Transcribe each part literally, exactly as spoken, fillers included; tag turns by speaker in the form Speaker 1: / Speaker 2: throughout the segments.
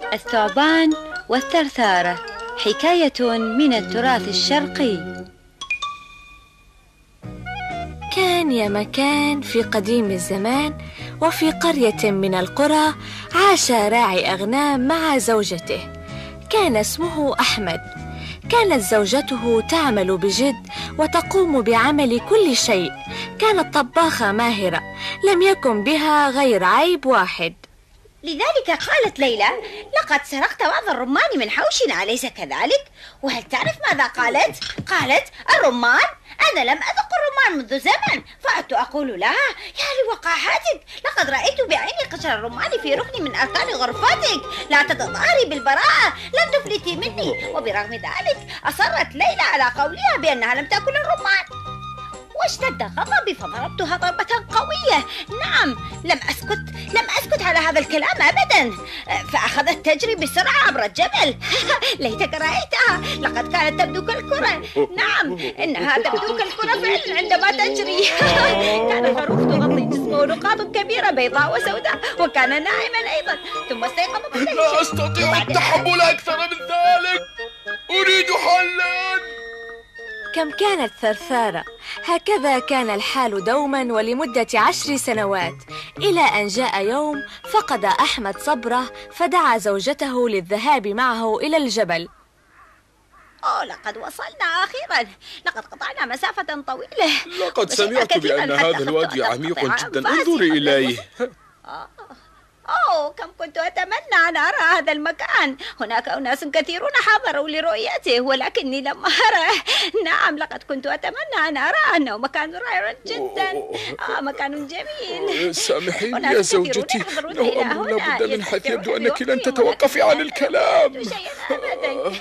Speaker 1: الثعبان والثرثارة، حكاية من التراث الشرقي.
Speaker 2: كان يا مكان في قديم الزمان، وفي قرية من القرى عاش راعي أغنام مع زوجته، كان اسمه أحمد. كانت زوجته تعمل بجد وتقوم بعمل كل شيء، كانت طباخة ماهرة، لم يكن بها غير عيب واحد.
Speaker 3: لذلك قالت ليلى: لقد سرقت بعض الرمان من حوشنا، أليس كذلك؟ وهل تعرف ماذا قالت؟ قالت: الرمان؟ أنا لم أذق الرمان منذ زمن. فعدت أقول لها: يا لوقاحتك، لقد رأيت بعيني قشر الرمان في ركن من أركان غرفتك، لا تتظاهري بالبراءة، لن تفلتي مني. وبرغم ذلك أصرت ليلى على قولها بأنها لم تأكل الرمان، واشتد غضبي فضربتها ضربة قوية. نعم، لم أسكت لم أسكت على هذا الكلام أبدا، فأخذت تجري بسرعة عبر الجبل. ليتك رأيتها، لقد كانت تبدو كالكرة. نعم، إنها تبدو كالكرة فعلا عندما تجري. كان خروف تغطي جسمه نقاط كبيرة بيضاء وسوداء، وكان نائما أيضا. ثم استيقظ بالليل.
Speaker 4: لا أستطيع التحمل أكثر من ذلك، أريد حلا.
Speaker 2: كم كانت ثرثارة، هكذا كان الحال دوما ولمدة عشر سنوات، إلى أن جاء يوم فقد أحمد صبره، فدعا زوجته للذهاب معه إلى الجبل.
Speaker 3: أوه، لقد وصلنا أخيرا، لقد قطعنا مسافة طويلة.
Speaker 4: لقد سمعت بأن هذا الوادي عميق جدا، انظري إليه.
Speaker 3: أوه، كم كنت أتمنى أن أرى هذا المكان. هناك أناس كثيرون حضروا لرؤيته ولكني لم أره. نعم، لقد كنت أتمنى أن أرى أنه مكان رائع جدا. آه، مكان جميل.
Speaker 4: سامحيني يا زوجتي، إنه أمر لا بد من، حيث يبدو أنك لن تتوقفي عن الكلام.
Speaker 3: شيء أبدا.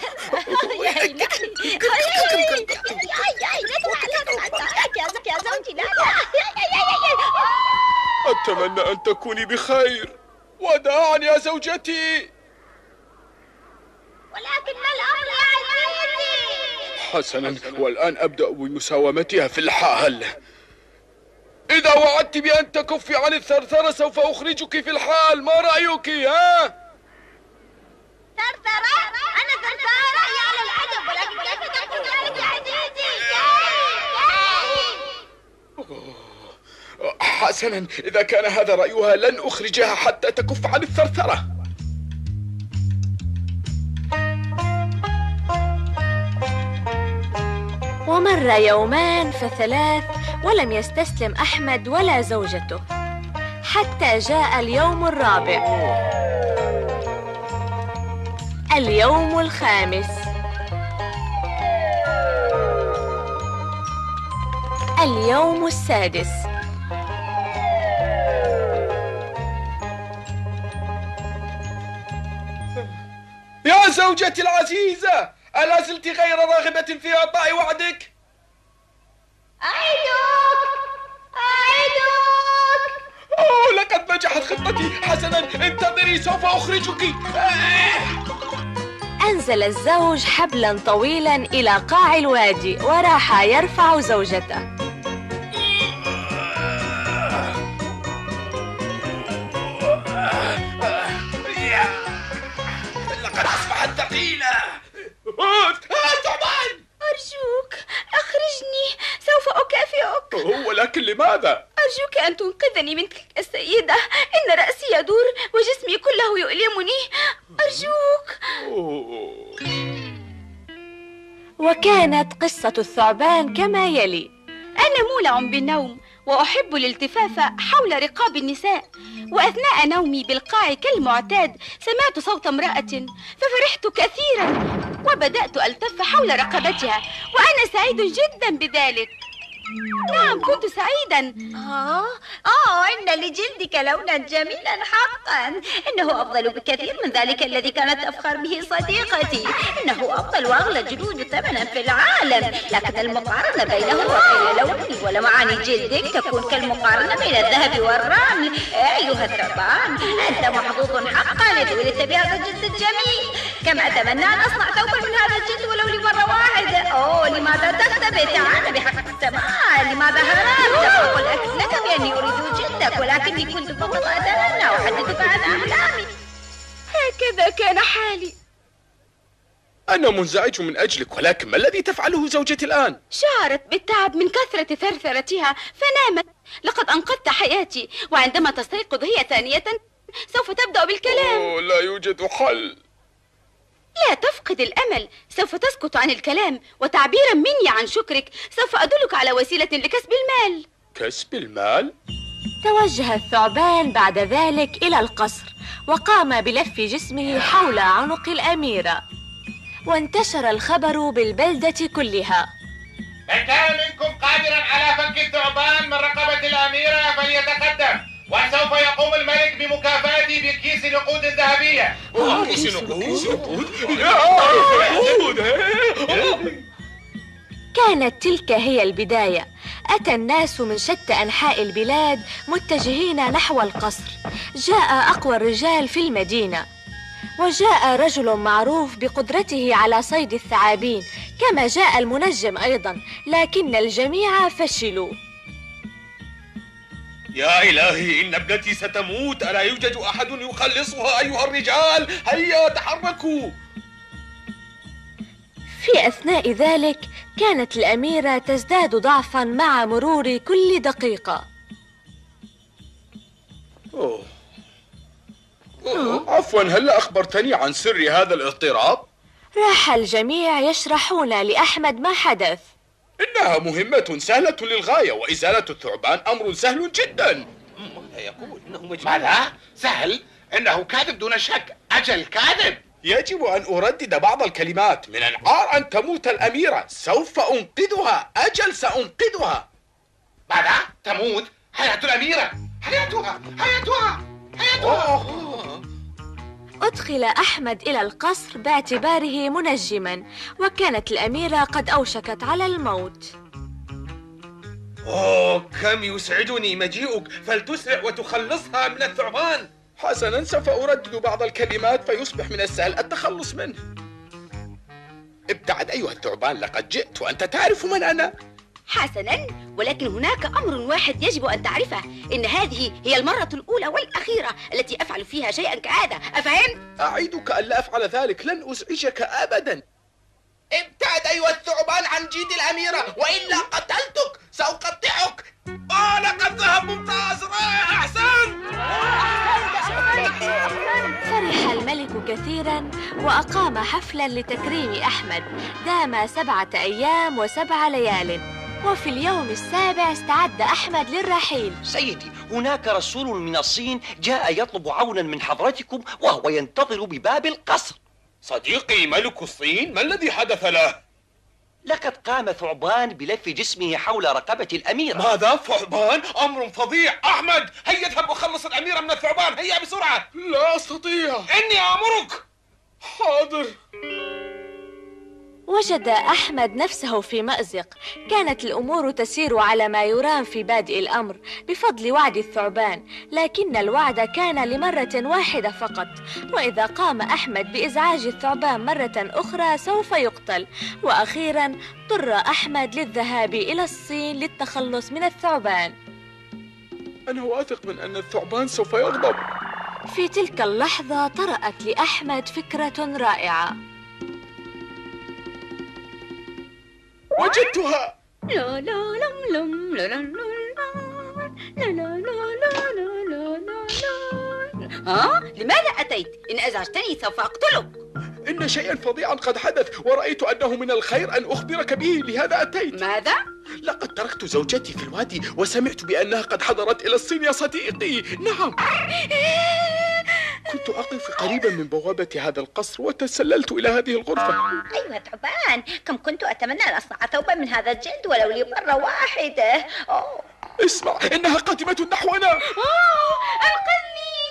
Speaker 3: يا زوجي، لا لا.
Speaker 4: أتمنى أن تكوني بخير. وداعا يا زوجتي.
Speaker 3: ولكن ما الأمر يا عزيزي؟
Speaker 4: حسنا، والآن أبدأ بمساومتها في الحال. إذا وعدت بأن تكفي عن الثرثرة سوف أخرجك في الحال، ما رأيك؟ ها؟
Speaker 3: ثرثرة؟ أنا ثرثرة يا على العجب، ولكن كيف تقول ذلك يا عزيزي؟
Speaker 4: حسنا، إذا كان هذا رأيها لن أخرجها حتى تكف عن الثرثرة.
Speaker 2: ومر يومان فثلاث، ولم يستسلم أحمد ولا زوجته، حتى جاء اليوم الرابع، اليوم الخامس، اليوم السادس.
Speaker 4: يا زوجتي العزيزة، ألا زلت غير راغبة في إعطاء وعدك؟
Speaker 3: أعدك أعدك.
Speaker 4: أوه، لقد نجحت خطتي. حسنا، انتظري، سوف أخرجك.
Speaker 2: أنزل الزوج حبلا طويلا إلى قاع الوادي، وراح يرفع زوجته.
Speaker 4: لقد أصبحت ثقيلة. ثعبان،
Speaker 3: أرجوك أخرجني، سوف أكافئك.
Speaker 4: ولكن لماذا؟
Speaker 3: أرجوك أن تنقذني من تلك السيدة، إن رأسي يدور وجسمي كله يؤلمني، أرجوك.
Speaker 2: وكانت قصة الثعبان كما يلي:
Speaker 3: أنا مولع بالنوم، وأحب الالتفاف حول رقاب النساء، وأثناء نومي بالقاع كالمعتاد سمعت صوت امرأة، ففرحت كثيرا وبدأت ألتف حول رقبتها، وأنا سعيد جدا بذلك. نعم، كنت سعيدا. آه آه إن لجلدك لونا جميلا حقا، إنه أفضل بكثير من ذلك الذي كانت تفخر به صديقتي. إنه أفضل وأغلى جلود ثمنا في العالم، لكن المقارنة بينه وبين لوني ولمعان جلدك تكون كالمقارنة بين الذهب والرمل. أيها الثعبان، أنت محظوظ حقا إذ ولدت بهذا الجلد الجميل. كم أتمنى أن أصنع ثوبا من هذا الجلد ولو لمرة واحدة. أوه، لماذا تختبئ؟ تعال بحق السماء، لماذا هربت؟ أقول لك بأني أريد جلدك، ولكني كنت فقط أتمنى وأحدثك عن أحلامي.
Speaker 2: هكذا كان حالي.
Speaker 4: أنا منزعج من أجلك، ولكن ما الذي تفعله زوجتي الآن؟
Speaker 1: شعرت بالتعب من كثرة ثرثرتها فنامت. لقد أنقذت حياتي، وعندما تستيقظ هي ثانية سوف تبدأ بالكلام.
Speaker 4: أوه، لا يوجد حل.
Speaker 1: لا تفقد الأمل، سوف تسكت عن الكلام، وتعبيرا مني عن شكرك سوف أدلك على وسيلة لكسب المال.
Speaker 4: كسب المال؟
Speaker 2: توجه الثعبان بعد ذلك إلى القصر، وقام بلف جسمه حول عنق الأميرة، وانتشر الخبر بالبلدة كلها.
Speaker 5: من كان منكم قادرا على فك الثعبان من رقبة الأميرة فليتقدم، وسوف يقوم الملك بمكافأتي بكيس نقود ذهبية.
Speaker 4: كيس نقود؟
Speaker 2: كانت تلك هي البداية. أتى الناس من شتى أنحاء البلاد متجهين نحو القصر. جاء أقوى الرجال في المدينة، وجاء رجل معروف بقدرته على صيد الثعابين، كما جاء المنجم أيضا، لكن الجميع فشلوا.
Speaker 6: يا إلهي، إن ابنتي ستموت، ألا يوجد أحد يخلصها أيها الرجال؟ هيا تحركوا.
Speaker 2: في أثناء ذلك كانت الأميرة تزداد ضعفا مع مرور كل دقيقة.
Speaker 4: أوه. أوه. عفوا، هل أخبرتني عن سر هذا الاضطراب؟
Speaker 2: راح الجميع يشرحون لأحمد ما حدث.
Speaker 4: إنها مهمة سهلة للغاية، وإزالة الثعبان أمر سهل جدا.
Speaker 6: ماذا يقول؟ إنه مجنون.
Speaker 5: ماذا؟ سهل؟ إنه كاذب دون شك. أجل كاذب.
Speaker 4: يجب أن أردد بعض الكلمات. من العار أن تموت الأميرة، سوف أنقذها، أجل سأنقذها.
Speaker 5: ماذا؟ تموت؟ حياة الأميرة، حياتها، حياتها، حياتها.
Speaker 2: أدخل أحمد إلى القصر باعتباره منجما، وكانت الأميرة قد أوشكت على الموت.
Speaker 6: أوه، كم يسعدني مجيئك، فلتسرع وتخلصها من الثعبان.
Speaker 4: حسنا، سوف أردد بعض الكلمات فيصبح من السهل التخلص منه. ابتعد أيها الثعبان، لقد جئت وأنت تعرف من أنا.
Speaker 1: حسنا، ولكن هناك أمر واحد يجب أن تعرفه، إن هذه هي المرة الأولى والأخيرة التي أفعل فيها شيئا كهذا، أفهمت؟
Speaker 4: أعيدك أن لا أفعل ذلك، لن أزعجك أبدا. ابتعد أيها الثعبان عن جيد الأميرة، وإلا قتلتك، سأقطعك. آه، لقد ذهب ممتاز، رائع، أحسن.
Speaker 2: فرح الملك كثيرا، وأقام حفلا لتكريم أحمد دام سبعة أيام وسبع ليال. وفي اليوم السابع استعد أحمد للرحيل.
Speaker 7: سيدي، هناك رسول من الصين جاء يطلب عونا من حضرتكم، وهو ينتظر بباب القصر.
Speaker 6: صديقي ملك الصين، ما الذي حدث له؟
Speaker 7: لقد قام ثعبان بلف جسمه حول رقبة الأميرة.
Speaker 6: ماذا؟ ثعبان؟ أمر فظيع. أحمد، هيا اذهب وخلص الأميرة من الثعبان، هيا بسرعة.
Speaker 4: لا أستطيع.
Speaker 6: إني آمرك.
Speaker 4: حاضر.
Speaker 2: وجد أحمد نفسه في مأزق. كانت الأمور تسير على ما يرام في بادئ الأمر بفضل وعد الثعبان، لكن الوعد كان لمرة واحدة فقط، وإذا قام أحمد بإزعاج الثعبان مرة أخرى سوف يقتل. وأخيرا اضطر أحمد للذهاب إلى الصين للتخلص من الثعبان.
Speaker 4: أنا واثق من أن الثعبان سوف يغضب.
Speaker 2: في تلك اللحظة طرأت لأحمد فكرة رائعة.
Speaker 4: وجدتها.
Speaker 1: لا لا لم لم لا لا لا لا لا لا لا لا. ها؟ لماذا أتيت؟ إن أزعجتني سوف أقتلك.
Speaker 4: إن شيئا فظيعا قد حدث، ورأيت أنه من الخير أن أخبرك به، لهذا أتيت.
Speaker 1: ماذا؟
Speaker 4: لقد تركت زوجتي في الوادي، وسمعت بأنها قد حضرت إلى الصين يا صديقي. نعم، كنت أقف قريبا من بوابة هذا القصر، وتسللت إلى هذه الغرفة.
Speaker 3: أيها ثعبان، كم كنت أتمنى أن أصنع ثوبا من هذا الجلد ولو لمرة واحدة. أوه.
Speaker 4: اسمع، إنها قادمة نحونا.
Speaker 3: أوه، أنقذني.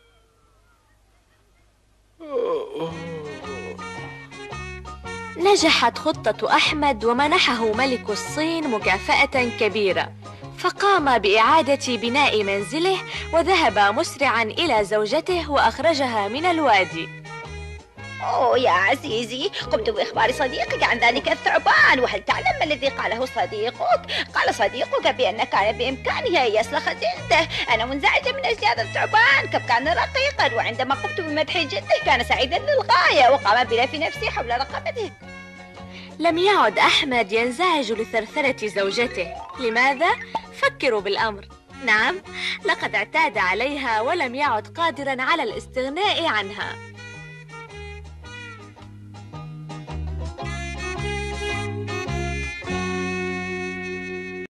Speaker 2: نجحت خطة أحمد، ومنحه ملك الصين مكافأة كبيرة، فقام بإعادة بناء منزله، وذهب مسرعا إلى زوجته وأخرجها من الوادي.
Speaker 3: أوه يا عزيزي، قمت بإخبار صديقك عن ذلك الثعبان، وهل تعلم ما الذي قاله صديقك؟ قال صديقك بأن كان بإمكانه أن يسلخ جلده. أنا منزعجة من أجل هذا الثعبان، كم كان رقيقا، وعندما قمت بمدح جلده كان سعيدا للغاية وقام بلف نفسي حول رقبته.
Speaker 2: لم يعد أحمد ينزعج لثرثرة زوجته. لماذا؟ فكروا بالأمر. نعم، لقد اعتاد عليها ولم يعد قادرا على الاستغناء عنها.